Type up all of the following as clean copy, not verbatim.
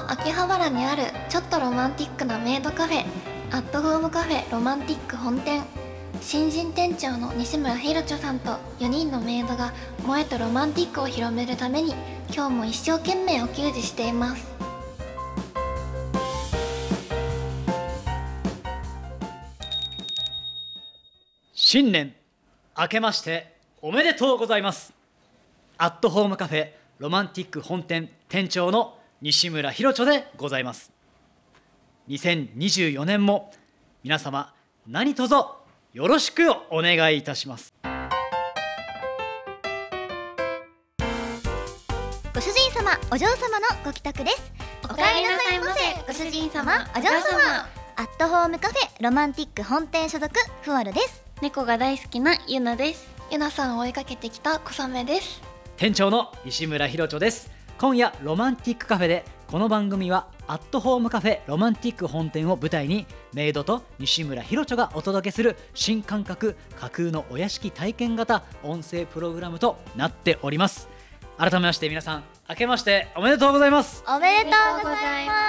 秋葉原にあるちょっとロマンティックなメイドカフェ、アットホームカフェロマンティック本店。新人店長の西村ひろちょさんと4人のメイドが萌えとロマンティックを広めるために今日も一生懸命お給仕しています。 新年明けましておめでとうございます。アットホームカフェロマンティック本店店長の西村ひろちょでございます。2024年も皆様何卒よろしくお願いいたします。 ご主人様お嬢様のご帰宅です。 おかえりなさいませご主人様お嬢様。アットホームカフェロマンティック本店所属ふわるです。 猫が大好きなゆなです。ゆなさんを追いかけてきた小雨です。 店長の西村ひろちょです。今夜ロマンティックカフェで、この番組はアットホームカフェロマンティック本店を舞台にメイドと西村ひろちょがお届けする新感覚架空のお屋敷体験型音声プログラムとなっております。改めまして皆さん明けましておめでとうございます。 おめでとうございます。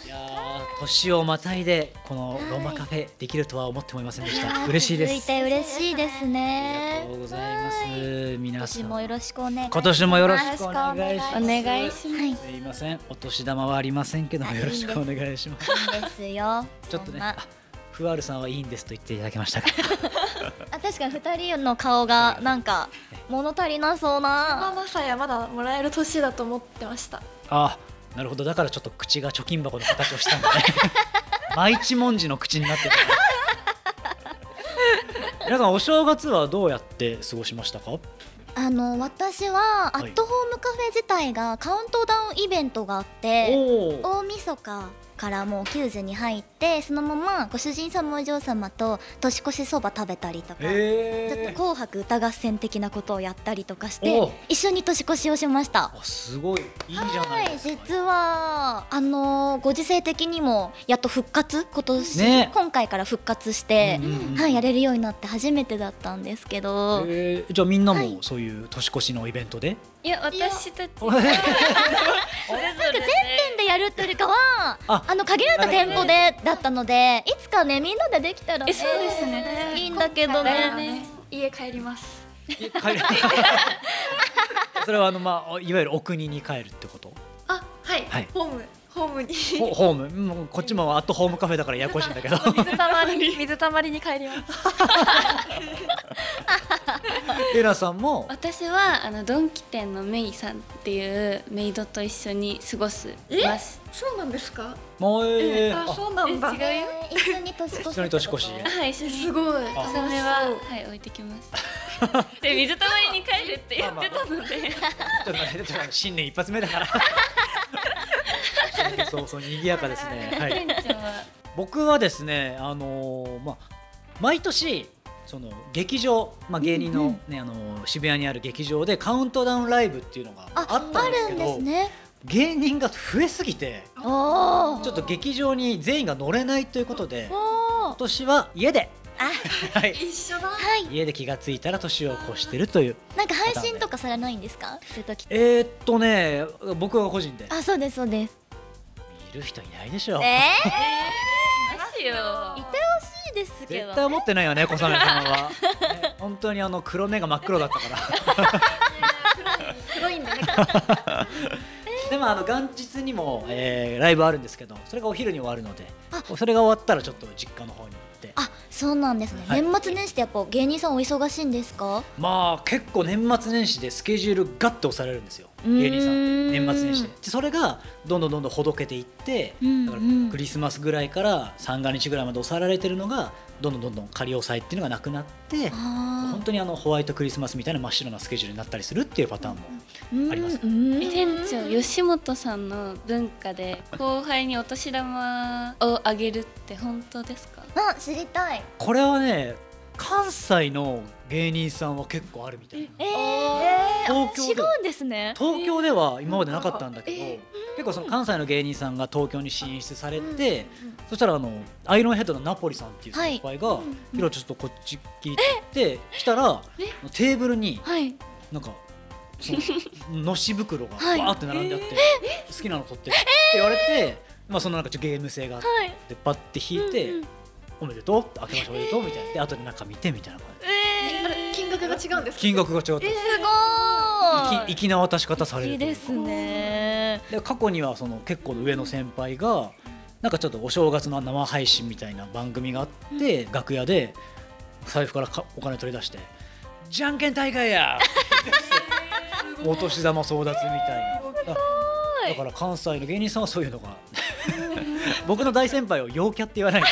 いやー、年をまたいでこのロマカフェできるとは思ってもいませんでした。嬉しいです。 続いて嬉しいですね。 ありがとうございます。皆さん今年もよろしくお願いします。 今年もよろしくお願いします。 お願いします。 すいません、お年玉はありませんけどもよろしくお願いします。 いいですよ。 ちょっとね、ふわるさんはいいんですと言っていただけましたが確かに2人の顔がなんか物足りなそうな。 マさやまだもらえる年だと思ってました。 あ、なるほど。だからちょっと口が貯金箱の形をしたんだね毎一文字の口になってる皆さんお正月はどうやって過ごしましたか？ 私はアットホームカフェ自体がカウントダウンイベントがあって、大晦日からもう9時に入って、そのままご主人様お嬢様と年越しそば食べたりとか、ちょっと紅白歌合戦的なことをやったりとかして一緒に年越しをしました。 すごいいいじゃないですか。 実はご時世的にもやっと復活、今回から復活して、やれるようになって初めてだったんですけど、 じゃあみんなもそういう年越しのイベントで？ いや、私たちなんか全店でやるというよりかは限られた店舗でだったので、いつかねみんなでできたらね、 そうですね、 いいんだけどね。 家帰ります。 それはいわゆるお国に帰るってこと？ はい、ホームにホーム、こっちもアットホームカフェだからややこしいんだけど水たまりに帰りますエラさんも？ 私はドンキ店のメイさんっていうメイドと一緒に過ごすます。 そうなんですか？ そうなんだ。 一緒に年越し。 一緒に年越し。 はい、 すごい。 小雨は置いてきます。で、水たまりに帰るって言ってたので。 ちょっと待って、新年一発目だから。そう賑やかですね。 店長は？ 僕はですね、毎年その劇場、芸人のね渋谷にある劇場でカウントダウンライブっていうのがあったんですけど、芸人が増えすぎてちょっと劇場に全員が乗れないということで、今年は家で。 一緒だ。 家で気がついたら年を越してるという。 なんか配信とかされないんですか？そういう時。 僕は個人で。 そうですそうです。 見る人いないでしょ。 いますよ。 いてほしいですけど。 絶対思ってないよね、小雨さんは。本当に黒目が真っ黒だったから。 黒いんだね。 でも元日にもライブあるんですけど、それがお昼に終わるので、それが終わったらちょっと実家の方に行って。 そうなんですね。年末年始ってやっぱ芸人さんお忙しいんですか？ 結構年末年始でスケジュールガッと押されるんですよ、芸人さん。年末年始でそれがどんどんほどけていって、だからクリスマスぐらいから三が日ぐらいまで抑えられてるのがどんどん仮押さえっていうのがなくなって、本当にホワイトクリスマスみたいな真っ白なスケジュールになったりするっていうパターンもあります。 店長吉本さんの文化で後輩にお年玉をあげるって本当ですか？ 知りたい。 これはね、関西の芸人さんは結構あるみたいな。 違うんですね。 東京では今までなかったんだけど、結構その関西の芸人さんが東京に進出されて、そしたらアイロンヘッドのナポリさんっていう先輩が「ひろちょっとこっち聞いて」って来たら、テーブルになんかそののし袋がバーって並んであって、好きなの取ってって言われて、まあそのなんかちょっとゲーム性があってパッて引いて、おめでとうって、明けましておめでとうみたいなで、後で中見てみたいな感じ。 あれ金額が違うんですか？ 金額が違った。 すごーい。 粋な渡し方される。 いいですね。 で過去にはその結構上の先輩がなんかちょっとお正月の生配信みたいな番組があって、楽屋で財布からお金取り出してじゃんけん大会やお年玉争奪みたいな。だから関西の芸人さんはそういうのが僕の大先輩を陽キャって言わない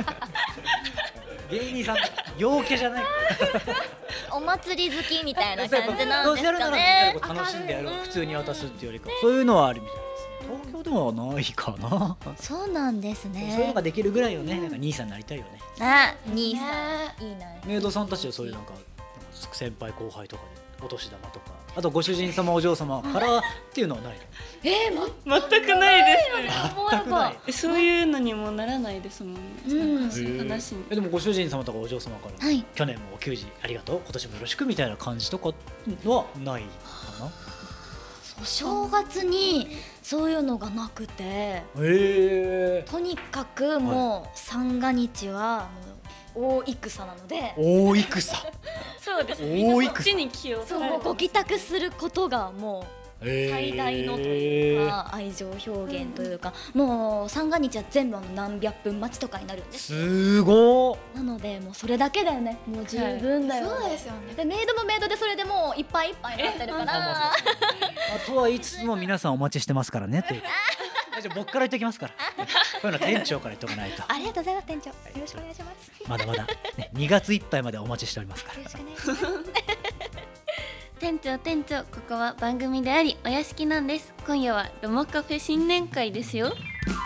芸人さん陽キャじゃないお祭り好きみたいな感じなんですどうせやるなからみんなね。 でこう楽しんでやる、普通に渡すっていうよりかそういうのはあるみたいです。東京ではないかな。 そうなんですそういうねの。ができるぐらいよね。なんか兄さんになりたいよね。 あ、兄さんいいな。 メイドさんたちはそういうなんか先輩後輩とかでお年玉とか、あとご主人様お嬢様からっていうのはないの？ 全くないです。 全くない。 そういうのにもならないですもんね。話に。 でもご主人様とかお嬢様から、 はい。 去年もお給仕ありがとう、今年もよろしくみたいな感じとかはないかな。 お正月にそういうのがなくて、とにかくもう三が日はもう大戦なので、 大戦。 そうです。 大戦。 こっちに気をそうもうご帰宅することがもう最大のというか愛情表現というか、もう三が日は全部何百分待ちとかになるんです。 すごー。 なのでもうそれだけだよね、もう十分だよ。 そうですよね。 でメイドもメイドでそれでもういっぱいいっぱいになってるから。 とは言いつつも皆さんお待ちしてますからねというか。じゃあ僕から言っておきますから。こういうのは店長から言っておかないと。 ありがとうございます店長。よろしくお願いします。 まだまだ、ね、2月いっぱいまでお待ちしておりますから。 よろしくお願いします。 店長ここは番組でありお屋敷なんです。今夜はロマカフェ新年会ですよ。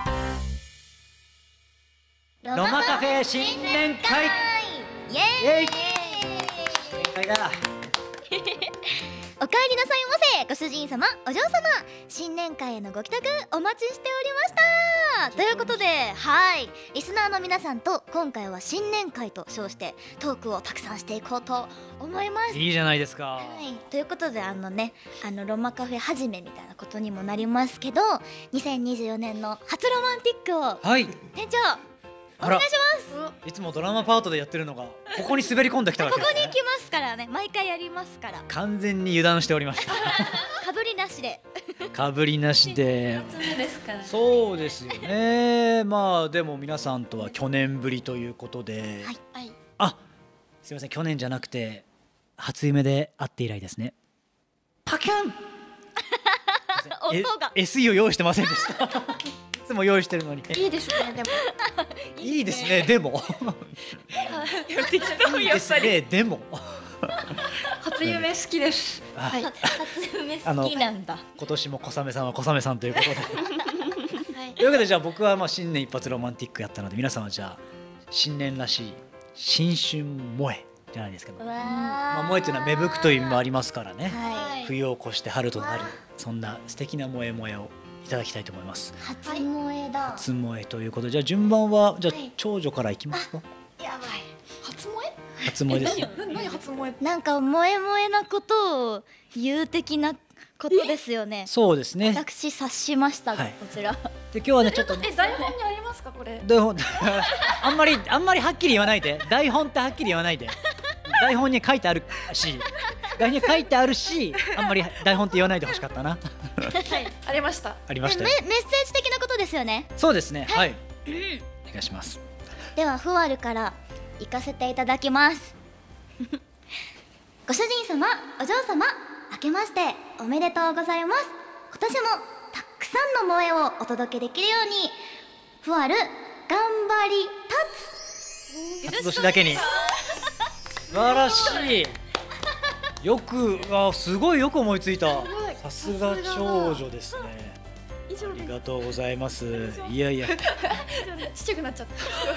ロマカフェ新年会。 イエーイ。 新年会だ。 お帰りなさいませ、ご主人様お嬢様、新年会へのご帰宅お待ちしておりました。ということで、はいリスナーの皆さんと今回は新年会と称してトークをたくさんしていこうと思います。 いいじゃないですか。 はい、ということでロマカフェ始めみたいなことにもなりますけど、2024年の初ロマンティックをはい。 店長お願いします。 いつもドラマパートでやってるのがここに滑り込んできたわこけですね。 こに行きますからね、毎回やりますから。 完全に油断しておりましたかぶりなしで。 かぶりなしで。 初目ですから。 そうですよね。まあでも皆さんとは去年ぶりということで、 はい、 あ、すいません、去年じゃなくて初夢で会って以来ですね。パキャン音が SE を用意してませんでしたいつも用意してるのに。 いいですね。でもいいですね。でも適当いいですね。でも初夢好きです。はい。 初夢好きなんだ。 今年も小雨さんは小雨さんということではいというわけで、じゃあ僕はまあ新年一発ロマンティックやったので、皆さんはじゃあ新年らしい新春萌えじゃないですけど、まあ、萌えというのは芽吹くという意味もありますからね、 はい、 冬を越して春となる、そんな素敵な萌え萌えをいただきたいと思います。 初萌えだ。 初萌えということで、じゃあ順番はじゃあ長女からいきますか。 やばい。 初萌え？ 初萌えですよ。 何初萌え？ なんか萌え萌えなことを言う的なことですよね。 そうですね。 私察しましたが、 はいこちら。 で今日はねちょっと台本にありますかこれ？ 台本あんまりはっきり言わないで。台本ってはっきり言わないで。台本に書いてあるし、台本に書いてあるし、あんまり台本って言わないでほしかったな。 はい、ありました。 ありましたよ。 メッセージ的なことですよね。 そうですね。はい。お願いします。 ではフワルから行かせていただきますご主人様お嬢様、明けましておめでとうございます。今年もたくさんの萌えをお届けできるようにフワル頑張り立つ。 初年だけに素晴らしい。よくすごいよく思いついた。さすが長女ですね。ありがとうございます。いやいやちっちゃくなっちゃった。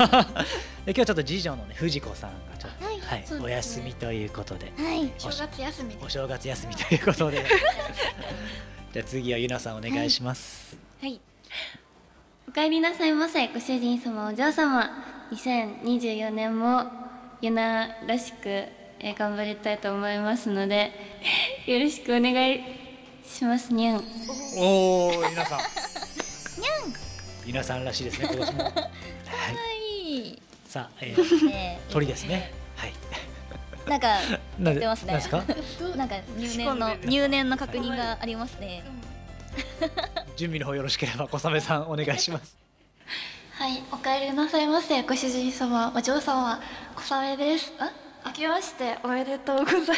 で今日ちょっと次女のね藤子さんがちょっと、はいお休みということで、 はい正月休みでお正月休みということでじゃあ次はゆなさんお願いします。 はいお帰りなさいませ、ご主人様お嬢様。2024年もゆならしく、 頑張りたいと思いますのでよろしくお願いしますにゃん。 おお、皆さん皆さんらしいですね、今年も。はい、さあ、鳥ですね。はい。 なんかやってますね。 なんですか？ なんか入念の確認がありますね。 準備の方よろしければ小雨さんお願いします。 はい、お帰りなさいませ。ご主人様、お嬢様、小雨です。明けましておめでとうございます。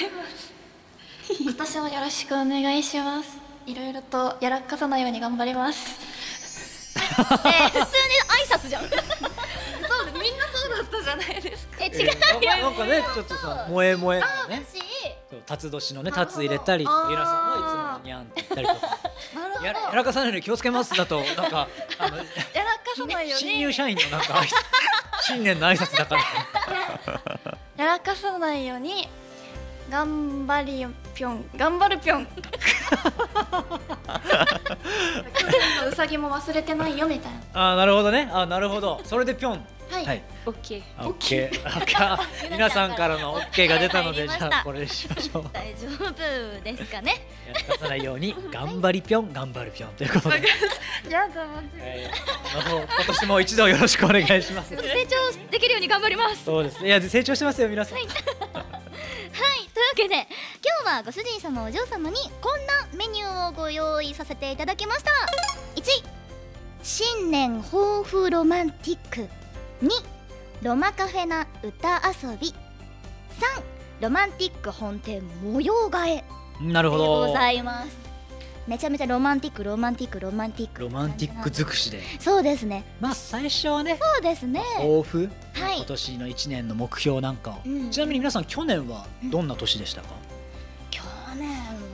今年もよろしくお願いします。いろいろとやらかさないように頑張ります。 普通に挨拶じゃん。 そうです、みんなそうだったじゃないですか。 違うよ。 なんかね、ちょっとさ、萌え萌えのね、辰年のね、辰入れたり、ゆなさんはいつもにゃんって言ったりとか。やらかさないように気をつけますだと、なんかやらかさないように。 新入社員のなんか新年の挨拶だから。 やらかさないように頑張りぴょん、頑張るぴょん。去年のうさぎも忘れてないよみたいな。 なるほどね。なるほど。それでぴょん。 はい。 オッケー。 オッケー。皆さんからのオッケーが出たので、じゃあこれにしましょう。 大丈夫ですかね。 やらかさないように頑張りぴょん、頑張るぴょんということで。 やだマジで。 今年も一度よろしくお願いします。 成長できるように頑張ります。 そうですね。いや成長してますよ皆さん。 はい。というわけで今日はご主人様お嬢様にこんなメニューをご用意させていただきました。1、新年抱負ロマンティック。2、ロマカフェな歌遊び。3、ロマンティック本店模様替えなるほどでございます。めちゃめちゃロマンティックロマンティック尽くしで。 そうですね。 まあ最初はね、 そうですね、 抱負、 はい、 今年の1年の目標なんかを、ちなみに皆さん去年はどんな年でしたか？ 去年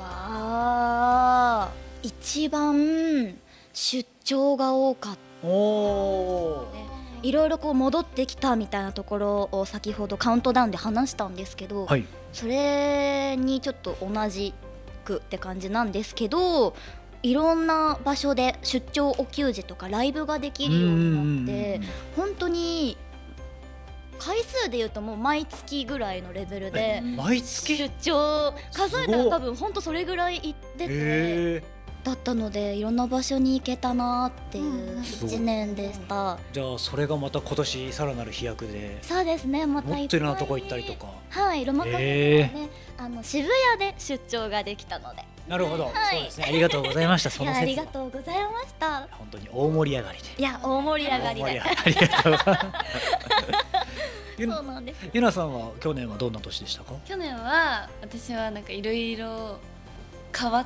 は一番出張が多かった。いろいろこう戻ってきたみたいなところを先ほどカウントダウンで話したんですけど、 はい、 それにちょっと同じくって感じなんですけど、いろんな場所で出張お給仕とかライブができるようになって、本当に回数でいうともう毎月ぐらいのレベルで毎月出張数えたら多分本当それぐらい行ってて。だったのでいろんな場所に行けたなっていう1年でした。 じゃあそれがまた今年さらなる飛躍で。 そうですね、またもっといろんなとこ行ったりとか。 はい、ロマカフェね、渋谷で出張ができたので。 なるほど、そうですね、ありがとうございました。その説ありがとうございました。 本当に大盛り上がりで。 いや、大盛り上がりで。 ありがとうございます。 そうなんです。 ゆなさんは去年はどんな年でしたか？ 去年は私はなんかいろいろ変わった。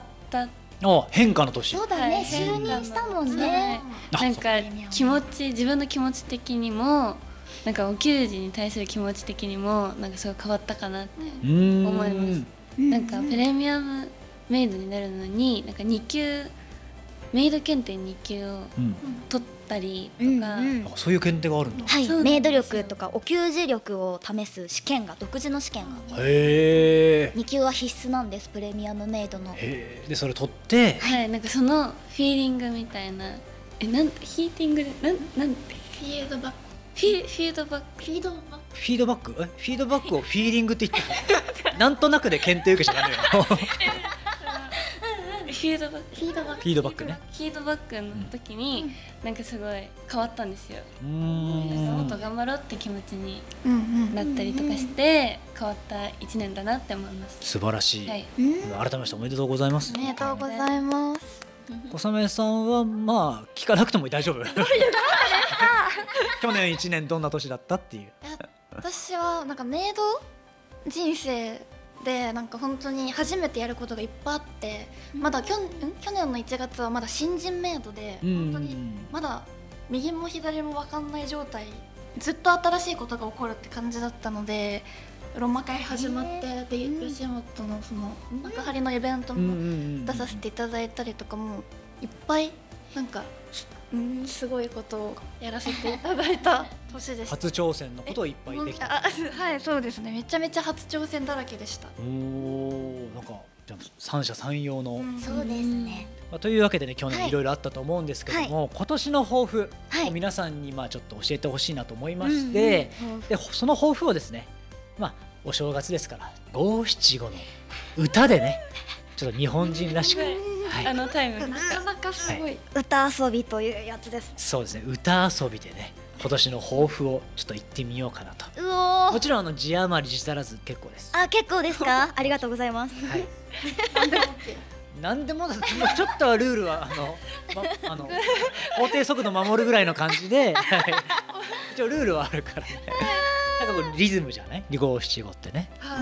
変化の年。 そうだね、就任したもんね。 なんか自分の気持ち的にもなんかお給仕に対する気持ち的にもなんかすごい変わったかなって思います。なんかプレミアムメイドになるのになんか2級メイド検定2級を取ったりとか、 そういう検定があるんだ。 はい、メイド力とかお給仕力を試す試験が独自の試験が。 へえ。 2級は必須なんです、プレミアムメイドの。 へえ。でそれ取って。 はい、なんかそのフィーリングみたいな、ヒーティングでなんてフィードバック。 フィードバック。 フィードバック？フィードバックをフィーリングって言ってる。なんとなくで検定受けちゃダメよ。 フィードバックね。フィードバックの時になんかすごい変わったんですよ。もっと頑張ろうって気持ちになったりとかして変わった1年だなって思います。 素晴らしい。改めましておめでとうございます。 おめでとうございます。 小雨さんはまあ聞かなくても大丈夫。去年1年どんな年だったっていう。 私はなんかメイド人生でなんか本当に初めてやることがいっぱいあって、まだ去年の1月はまだ新人メイドで本当にまだ右も左も分かんない状態、ずっと新しいことが起こるって感じだったので、ロマ会始まってで吉本のその幕張のイベントも出させていただいたりとかもいっぱいなんかすごいことをやらせていただいた年でした。 初挑戦のことをいっぱいできた。 はい、そうですね、めちゃめちゃ初挑戦だらけでした。 なんかじゃあ三者三様の、 そうですね。 というわけでね、去年いろいろあったと思うんですけども、今年の抱負を皆さんにちょっと教えてほしいなと思いまして、でその抱負をですね、 お正月ですから五七五の歌でねちょっと日本人らしく、はい、 タイムなかなかすごい、 はい、 歌遊びというやつです。 そうですね、歌遊びでね今年の抱負をちょっと言ってみようかなと。 うおもちろん字余り字足らず結構です。 あ、結構ですか？ありがとうございます。 はい。何でももうちょっとはルールは法定速度守るぐらいの感じで、はい、一応ルールはあるからね。なんかこうリズムじゃない？五七五ってね。 はい。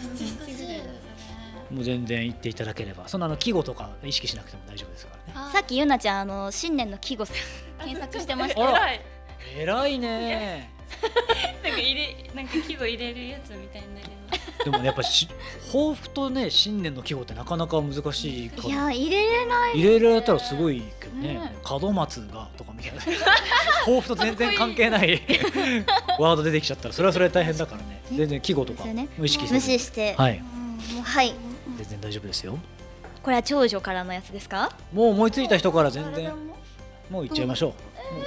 もう全然言っていただければ、その季語とか意識しなくても大丈夫ですからね。 さっきゆなちゃん新年の季語検索してましたよ。 偉いね。 なんか季語入れるやつみたいになります。 でもねやっぱ抱負とね新年の季語ってなかなか難しいから。 いや入れれない。 入れられたらすごいけどね。門松がとかみたいな。抱負と全然関係ないワード出てきちゃったらそれはそれで大変だからね。全然季語とか無意識して無視して。 はい。 もうはい。 全然大丈夫ですよ。 これは長女からのやつですか？ もう思いついた人から全然もう言っちゃいましょう。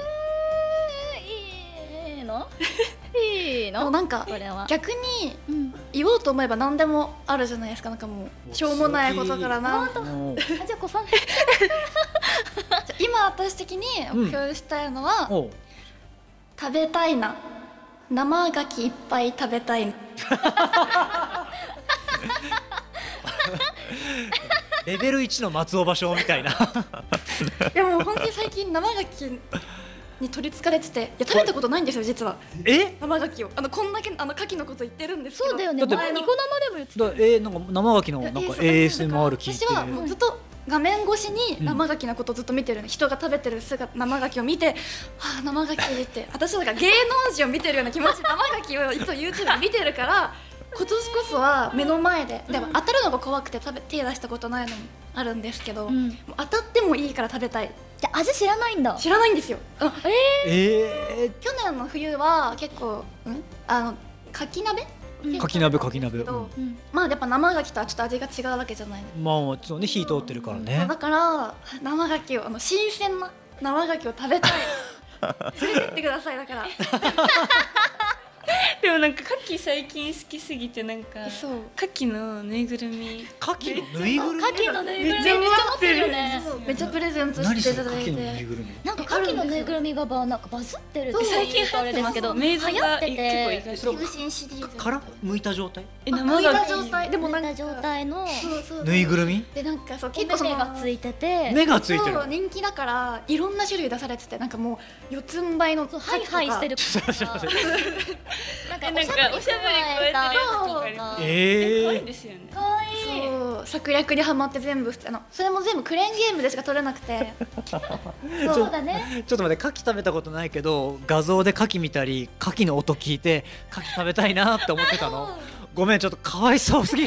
いいの？いいの？ なんか逆に言おうと思えば何でもあるじゃないですか。なんかもうしょうもないことからな。 じゃあ子さん。 今私的に目標したいのは、食べたいな。生牡蠣いっぱい食べたい。 レベル1の松尾芭蕉みたいな。 でも本当に最近生牡蠣に取りつかれてて、いや食べたことないんですよ実は。生牡蠣をこんだけ牡蠣のこと言ってるんですけど。 そうだよね。前ニコ生でも言ってた。なんか生牡蠣のなんか ASMR 聞いて。 私はもうずっと画面越しに生牡蠣のことをずっと見てる、人が食べてる姿、生牡蠣を見て、はあ生牡蠣って私なんか芸能人を見てるような気持ちで生牡蠣をいつも YouTube で見てるから。今年こそは目の前で、でも当たるのが怖くて手出したことないのもあるんですけど、もう当たってもいいから食べたい。 じゃあ味知らないんだ。 知らないんですよ。去年の冬は結構かき鍋まあやっぱ生牡蠣とはちょっと味が違うわけじゃない。 まあそうね、火通ってるからね。 だから生牡蠣を新鮮な生牡蠣を食べたい。連れてってください。だからでもなんか牡蠣最近好きすぎてなんか牡蠣のぬいぐるみ牡蠣のぬいぐるみめっちゃ持ってるよね。 めっちゃプレゼントしていただいて。 なんか牡蠣のぬいぐるみがなんかバズってるって最近あれですけど流行ってて寄付シシリーズから剥いた状態剥いた状態でもなんか状態のぬいぐるみでなんかそう結構目がついてて目がついてる人気だからいろんな種類出されててなんかもう四つん這いのハイハイしてるなんかおしゃべり超えてるやつとか可愛いですよね。 可愛い。 そう策略にはまって全部それも全部クレーンゲームでしか取れなくて。 そうだね。 ちょっと待って、牡蠣食べたことないけど画像で牡蠣見たり牡蠣の音聞いて牡蠣食べたいなって思ってたの。ごめん、ちょっとかわいそうすぎる。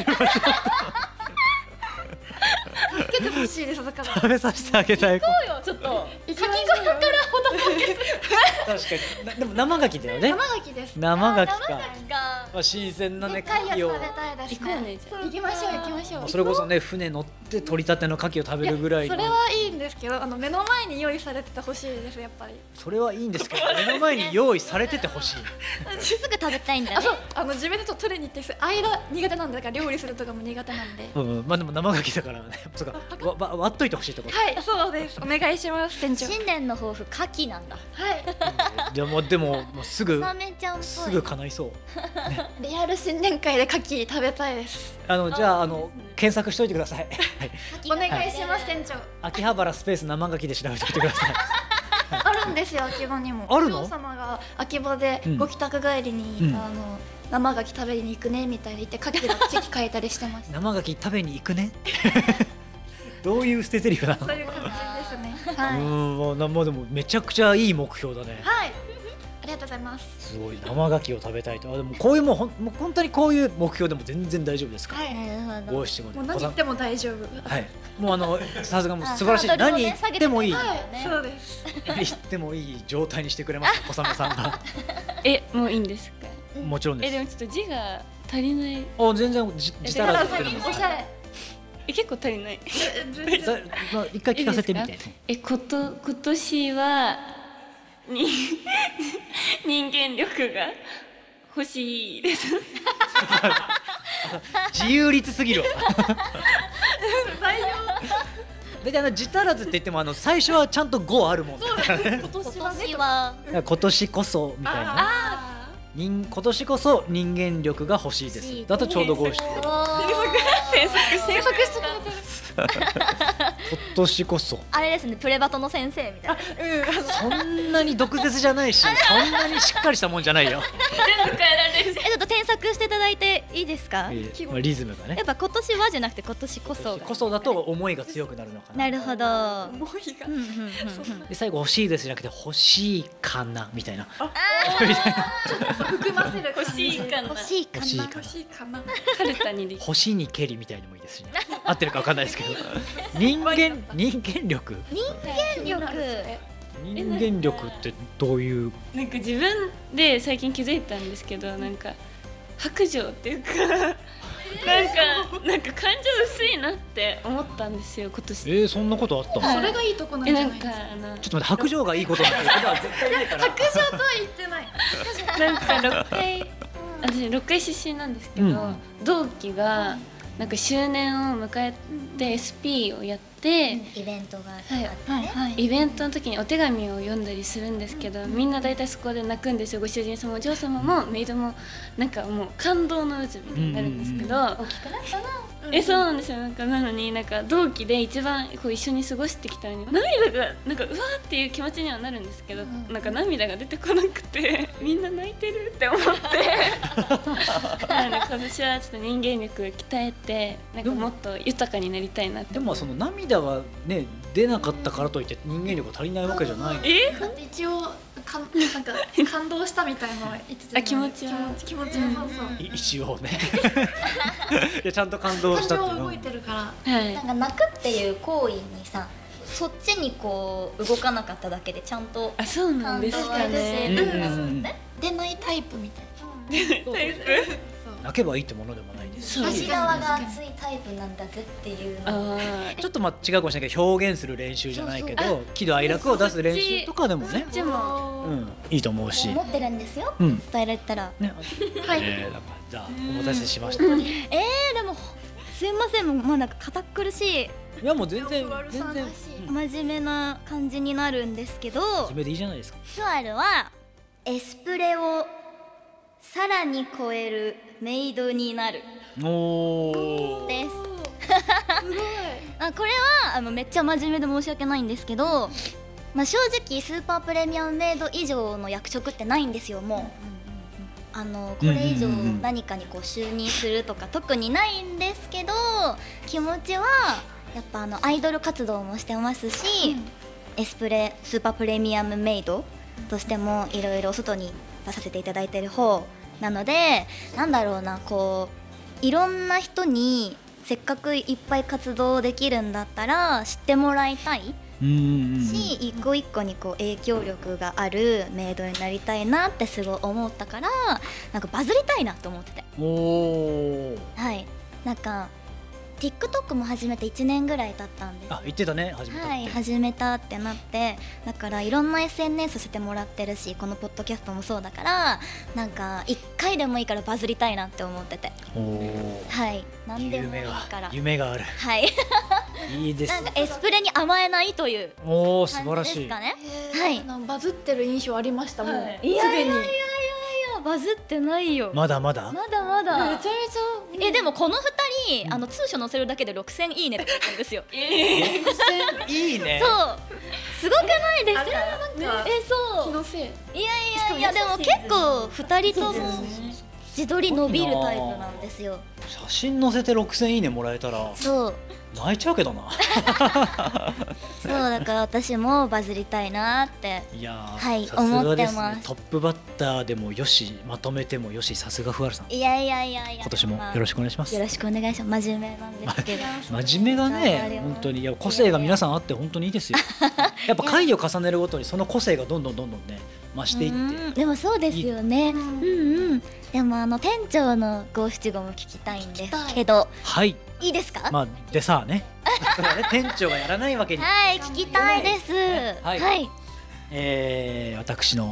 助けてほしいです。だから食べさせてあげたい。 そうよ、ちょっと牡蠣側からほど確かに。でも生牡蠣だよね。 生牡蠣です。 生牡蠣か。 か新鮮なね牡蠣を食べを。 たいですね。行きましょう行きましょう。 それこそね、船乗って取り立ての牡蠣を食べるぐらいの。 それはいいんですけど、目の前に用意されててほしいですやっぱり。 それはいいんですけど、目の前に用意されててほしい。 すぐ食べたいんだね。 そう自分でちょっと取りに行って間苦手なんで、だから料理するとかも苦手なんで。 まあでも生牡蠣だからね。そうか、割っといてほしいところ。 はいそうです。お願いします店長。 新年の抱負牡蠣なんだ。 はい。 でもすぐ叶いそう。 リアル新年会で牡蠣食べたいです。 じゃあ検索しといてください。 お願いします店長。 秋葉原スペース生牡蠣で調べておいてください。 あるんですよ秋葉にも。 あるの？ お父様が秋葉でご帰宅帰りに生牡蠣食べに行くねみたいに言って牡蠣のチェキ書いたりしてました。 生牡蠣食べに行くね。どういう捨て台詞なの？ そういう感じですね。はい。 もうでもめちゃくちゃいい目標だね。 はい。ありがとうございます。 すごい生牡蠣を食べたいと。でもこういうもう本当にこういう目標でも全然大丈夫ですか？ はい。 五七五で。 もう何言っても大丈夫。 はい。もうさすがもう素晴らしい。何言ってもいい。 そうです。 何言ってもいい状態にしてくれます小雨さんが。 もういいんですか？ もちろんです。 でもちょっと字が足りない。 全然字足らず。 おしゃれ。 結構足りない。 一回聞かせてみて。 今年は人間力が欲しいです自由律すぎるわで自足らずって言っても最初はちゃんと5あるもんね今年は今年こそみたいな今年こそ人間力が欲しいですだとちょうど5して添削してくれてる今年こそあれですね、プレバトの先生みたいな。 そんなに毒舌じゃないしそんなにしっかりしたもんじゃないよちょっと添削していただいていいですか？ まあリズムがねやっぱ今年はじゃなくて今年こそこそだと思いが強くなるのかななるほど。 思いがで最後欲しいですじゃなくて欲しいかなみたいな含ませる欲しいかな欲しいかな。 欲しいかな欲しいかなカルタにできる星に蹴りみたいにもいいですしね合ってるか分かんないですけど人間力人間力ってどういうなんか自分で最近気づいたんですけどなんか白状っていうかなんか感情薄いなって思ったんですよ今年。 そんなことあったのそれがいいとこなんじゃなかなんいですかちょっと待って白状がいいことなんてことは絶対ないから白状とは言ってないなんか私6回出身なんですけど、同期がなんか周年を迎えて SP をやって、 イベントがあってはいね。 イベントの時にお手紙を読んだりするんですけど、みんな大体そこで泣くんですよ。ご主人様お嬢様もメイドもなんかもう感動の渦みたいになるんですけど、 大きくなったな。 そうなんですよ。なんかなのになんか同期で一番こう一緒に過ごしてきたのに涙がなんかうわーっていう気持ちにはなるんですけど、なんか涙が出てこなくてみんな泣いてるって思ってなので今年はちょっと人間力を鍛えてなんかもっと豊かになりたいなってでもその涙がね出なかったからといって人間力が足りないわけじゃないだって一応なんか感動したみたいなのは言ってたじゃない気持ちそう一応ねいやちゃんと感動したっていうの感情は動いてるからはいなんか泣くっていう行為にさ、そっちにこう動かなかっただけでちゃんとあそうなんですかね。 出ないタイプみたい泣けばいいってものでもないですしそう内側が熱いタイプなんだぜっていうの。 ちょっとまあ違うかもしれないけど表現する練習じゃないけど喜怒哀楽を出す練習とかでもねこっちもいいと思うし思ってるんですよ。 うん伝えられたら。 ねはいなんかじゃあお待たせしましたでもすいません、もうなんか堅苦しいいやもう全然真面目な感じになるんですけど、 真面目でいいじゃないですかスワルはエスプレをさらに超えるメイドになるおーです。これはめっちゃ真面目で申し訳ないんですけど、正直スーパープレミアムメイド以上の役職ってないんですよ。もうこれ以上何かにこう就任するとか特にないんですけど、気持ちはやっぱアイドル活動もしてますし、エスプレスーパープレミアムメイドとしてもいろいろ外に出させていただいてる方なので、なんだろうな、こういろんな人にせっかくいっぱい活動できるんだったら知ってもらいたいし、一個一個にこう影響力があるメイドになりたいなってすごい思ったから、なんかバズりたいなと思ってて、はい、なんか TikTok も始めて1年ぐらい経ったんです。 言ってたね始めたって、 はい、始めたってなって、だからいろんな SNS させてもらってるし、このポッドキャストもそうだから、なんか1回でもいいからバズりたいなって思ってて、はい、何でもいいから夢があるはいいいですなんかエスプレに甘えないという素晴らしい感じですかね。はいバズってる印象ありましたもん、 はいすでにバズってないよ。 まだまだまだまだ。 めちゃめちゃでもこの2人通所載せるだけで6000いいねって言ってるんですよ。 いいねそうすごくないですか？ なんかそう気のせいいやでも結構2人とも自撮り伸びるタイプなんですよ。 写真載せて6000いいねもらえたらそう泣いちゃうけどなそうだから私もバズりたいなっていやはいさすがです思ってますねトップバッターでもよしまとめてもよしさすがふわるさんいや今年もよろしくお願いしますよろしくお願いします。真面目なんですけど真面目がね本当にいや個性が皆さんあって本当にいいですよやっぱ回を重ねるごとにその個性がどんどんね増していってでもそうですよね。でも店長の五七五も聞きたいんですけど、 はいいいですか？ まあでさあね店長がやらないわけにはい聞きたいです。 はいはい私の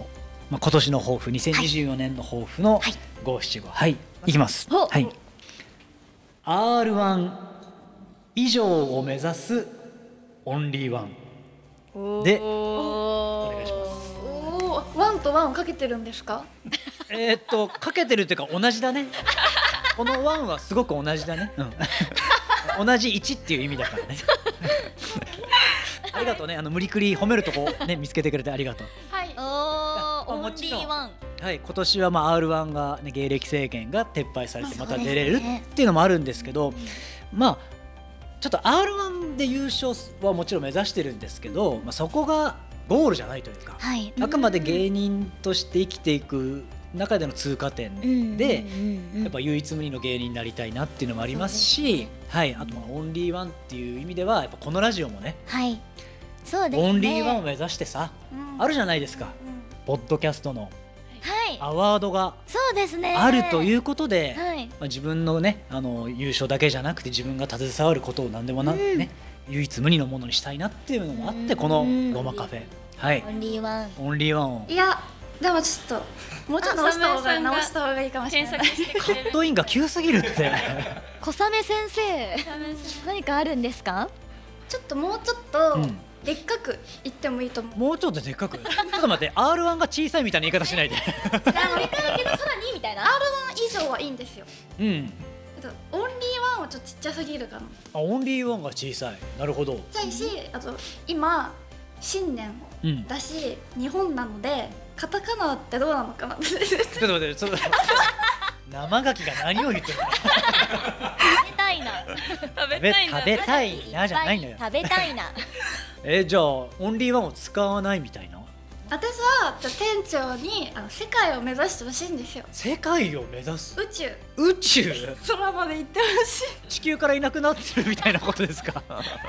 まあ、今年の抱負、2024年の抱負の五七五、はい、いきます。 ほはい。R1 以上を目指すオンリーワンでお願いします。 おお、ワンとワンをかけてるんですか？ かけてるっていうか同じだね。このワンはすごく同じだね。うん、同じ1っていう意味だからね。ありがとうね。無理くり褒めるとこね見つけてくれてありがとう。 はい。 オンリーワン。 はい、今年はまあ R1 が、ね、芸歴制限が撤廃されてまた出れるっていうのもあるんですけど、まあちょっと R1 で優勝はもちろん目指してるんですけど、まあ、そこがゴールじゃないというか、 はい、 あくまで芸人として生きていく中での通過点でやっぱ唯一無二の芸人になりたいなっていうのもありますし、はい、あとまあオンリーワンっていう意味ではやっぱこのラジオもね、 はい、そうですね、 オンリーワンを目指してさ、あるじゃないですか、ポッドキャストのアワードがそうですねあるということで、 はい、 まあ、自分のね優勝だけじゃなくて自分が携わることを何でもね、唯一無二のものにしたいなっていうのもあって、このロマカフェ、はい、 オンリーワン、 オンリーワンを、 いやでもちょっともうちょっと直した方がいいかもしれない。 カットインが急すぎるって。 小雨先生何かあるんですか？ ちょっともうちょっとでっかく言ってもいいと思う。 もうちょっとでっかく。ちょっと待って、R1 が小さいみたいな言い方しないで。 でかいけどさらにみたいな。 R1 以上はいいんですよ。 うん。 オンリーワンはちょっとちっちゃすぎるかな。 あ、オンリーワンが小さい。なるほど。 ちっちゃいし、あと今新年だし、日本なのでカタカナってどうなのかな。ちょっと待って、生牡蠣が何を言ってるの？ 食べたいな。 食べたいなじゃないのよ。 食べたいな。 じゃあオンリーワンを使わないみたいな。 私は店長に世界を目指してほしいんですよ。 世界を目指す？ 宇宙空まで行ってほしい。 地球からいなくなってるみたいなことですか？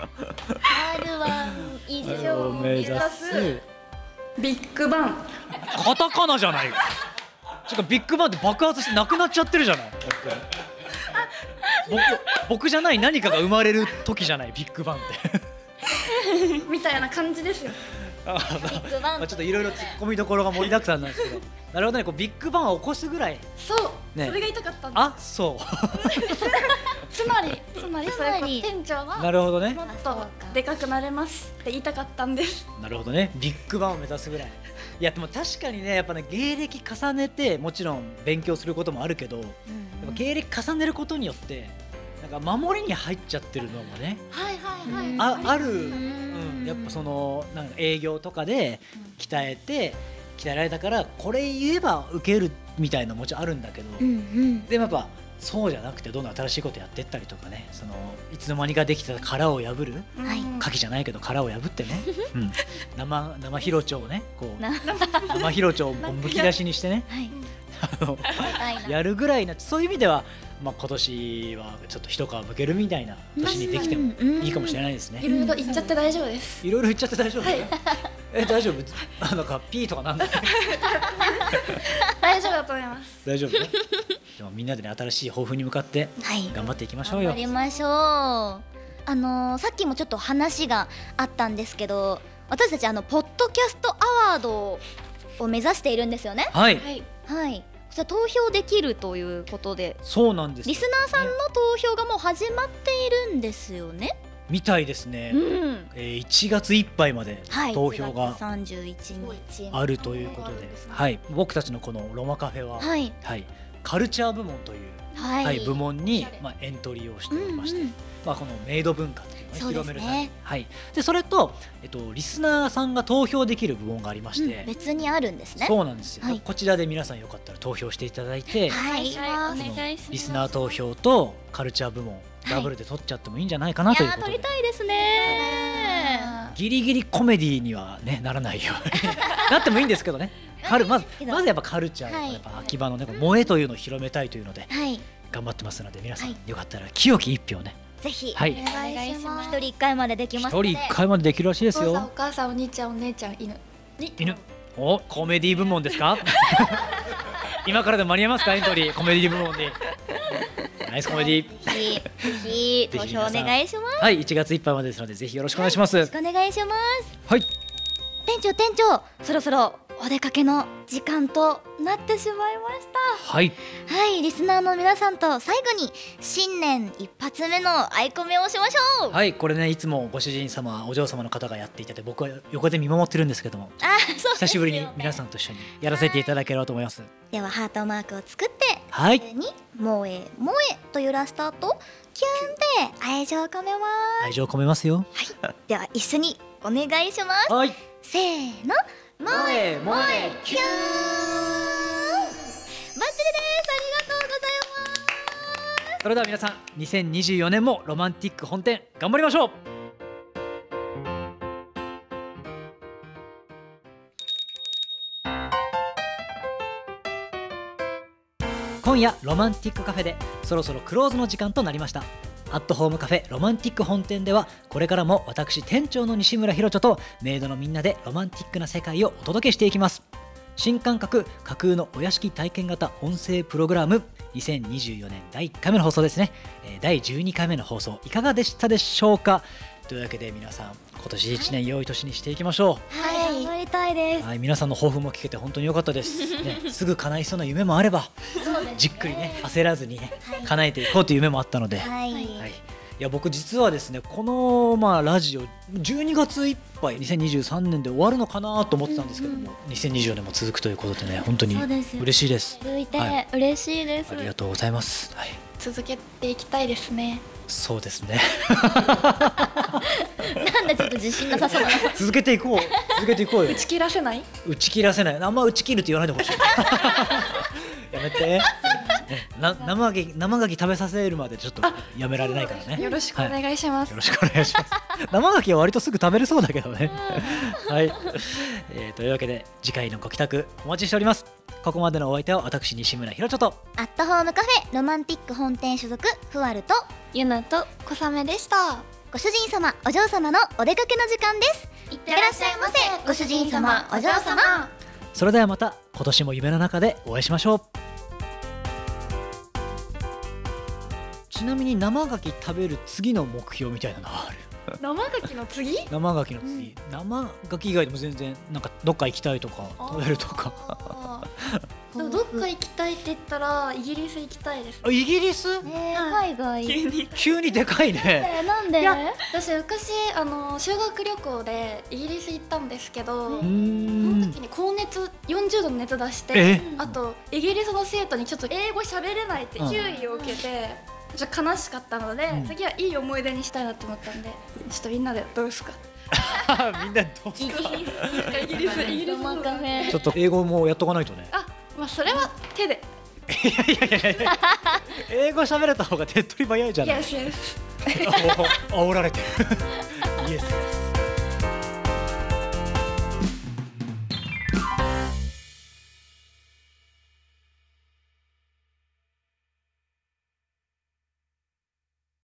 R1 以上を目指すビッグバン。 カタカナじゃないよ。ビッグバンって爆発してなくなっちゃってるじゃない。僕じゃない何かが生まれる時じゃない、ビッグバンってみたいな感じですよ。 ビッグバン、 ちょっといろいろ突っ込みどころが盛りだくさんなんですけど、なるほどね、こうビッグバンを起こすぐらい。 そう、 ね、 それが言いたかったんです。 あ、そうつまりそれこそ店長はなるほどね、 もっとでかくなれますって言いたかったんです。 なるほどね、ビッグバンを目指すぐらい。いやでも確かにね、やっぱね、芸歴重ねてもちろん勉強することもあるけど、やっぱ芸歴重ねることによってなんか守りに入っちゃってるのもね、ある、やっぱそのなんか営業とかで鍛えられたからこれ言えば受けるみたいなのもちろんあるんだけど、でもやっぱそうじゃなくてどんどん新しいことやってったりとかね、そのいつの間にかできた殻を破る、牡蠣じゃないけど殻を破ってね、生ヒロチョウをね、こう生ヒロチョウをむき出しにしてね、やるぐらいな、そういう意味では、まあ、今年はちょっと一皮むけるみたいな年にできてもいいかもしれないですね。 いろいろ言っちゃって大丈夫です。 いろいろ言っちゃって大丈夫？大丈夫？なんかピーとかなんだ？ 大丈夫だと思います。 大丈夫ね。でもみんなでね、新しい抱負に向かって頑張っていきましょうよ。 頑張りましょう。さっきもちょっと話があったんですけど、私たちポッドキャストアワードを目指しているんですよね。 はい。 はい。それ投票できるということで、 そうなんです。 リスナーさんの投票がもう始まっているんですよね。 みたいですね。1月いっぱいまで投票が 31日あるということで、はい、僕たちのこのロマカフェは、はい、カルチャー部門という、部門にエントリーをしておりまして、このメイド文化っていうのを広めるために、でそれとリスナーさんが投票できる部門がありまして、 別にあるんですね。 そうなんですよ。こちらで皆さんよかったら投票していただいて、 お願いします。 リスナー投票とカルチャー部門ダブルで取っちゃってもいいんじゃないかなということで。 取りたいですね。 ギリギリコメディにはねならないよなってもいいんですけどね。まずやっぱカルチャー、やっぱ秋葉のね萌えというのを広めたいというので頑張ってますので、皆さんよかったら清き一票ね、 ぜひお願いします。一人一回までできますので。 一人一回までできるらしいですよ。 お父さんお母さんお兄ちゃんお姉ちゃん犬。 お、コメディ部門ですか？今からでも間に合いますか？エントリーコメディ部門に。ナイスコメディ。 ぜひ投票お願いします。 はい、1月いっぱいまでですのでぜひよろしくお願いします。 よろしくお願いします。 はい。 店長そろそろおお出かけの時間となってしまいましはい、 た。はい、リスナーの皆さんと最後に新年一発目のアイコメをしましょう。 はい、これねいつもご主人様お嬢様の方がやっていたで僕は横で見守ってるんですけども、 そう久しぶりに皆さんと一緒にやらせていただければと思います。 ではハートマークを作ってはい、 に萌え萌えと揺らした後キュンで愛情を込めます。 愛情込めますよ。 はいでは一緒にお願いします。 はい、 せーの、萌え萌えキュン。バッチリです。ありがとうございます。 それでは皆さん2024年もロマンティック本店頑張りましょう。今夜ロマンティックカフェでそろそろクローズの時間となりました。アットホームカフェロマンティック本店ではこれからも私店長の西村ひろちょとメイドのみんなでロマンティックな世界をお届けしていきます。新感覚架空のお屋敷体験型音声プログラム2024年第1回目の放送ですね、第12回目の放送いかがでしたでしょうか。というわけで皆さん今年1年良い年にしていきましょはい、頑張りたいでう。 す。 はい、皆さんの抱負も聞けて本当に良かったです、ね、すぐ叶いそうな夢もあればじっくりね焦らずにね叶えていこうという夢もあったので、 はい、 はい、いや僕実はですねこのラジオ12月いっぱい2023年で終わるのかなと思ってたんですけども、2024年も続くということでね本当にそうです嬉しいです。 続いて、 はい嬉しいです。 ありがとうございます、はい、 続けていきたいですね。 そうですねなんでちょっと自信なさそうなの。 続けていこうよ。 打ち切らせない？ 打ち切らせない。あんま打ち切るって言わないでほしいやめて、ね、生牡蠣食べさせるまでちょっとやめられないからね。 よろしくお願いします。 よろしくお願いします生牡蠣は割とすぐ食べれそうだけどねはい、というわけで次回のご帰宅お待ちしております。ここまでのお相手は私西村ひろちょとアットホームカフェロマンティック本店所属ふわるとゆなと小雨でした。 ご主人様お嬢様のお出かけの時間です。いってらっしゃいませご主人様お嬢様。 それではまた今年も夢の中でお会いしましょう。ちなみに生牡蠣食べる次の目標みたいなのはある？ 生牡蠣の次？ 生牡蠣の次、生牡蠣以外でも全然なんかどっか行きたいとか食べるとかでもどっか行きたいって言ったらイギリス行きたいです。 あイギリス？ 海外急にでかいね。 なんで？ いや私昔修学旅行でイギリス行ったんですけど、その時に高熱40度の熱出して、あとイギリスの生徒にちょっと英語喋れないって注意を受けて。ちょっと悲しかったので、次はいい思い出にしたいなと思ったんで、ちょっとみんなでどうですか？ みんなどうすか？ イギリスロマンカフェちょっと英語もやっとかないとね。 まあそれは手で。 いや英語喋れた方が手っ取り早いじゃない。 Yes yes。 煽られてる。イエスです。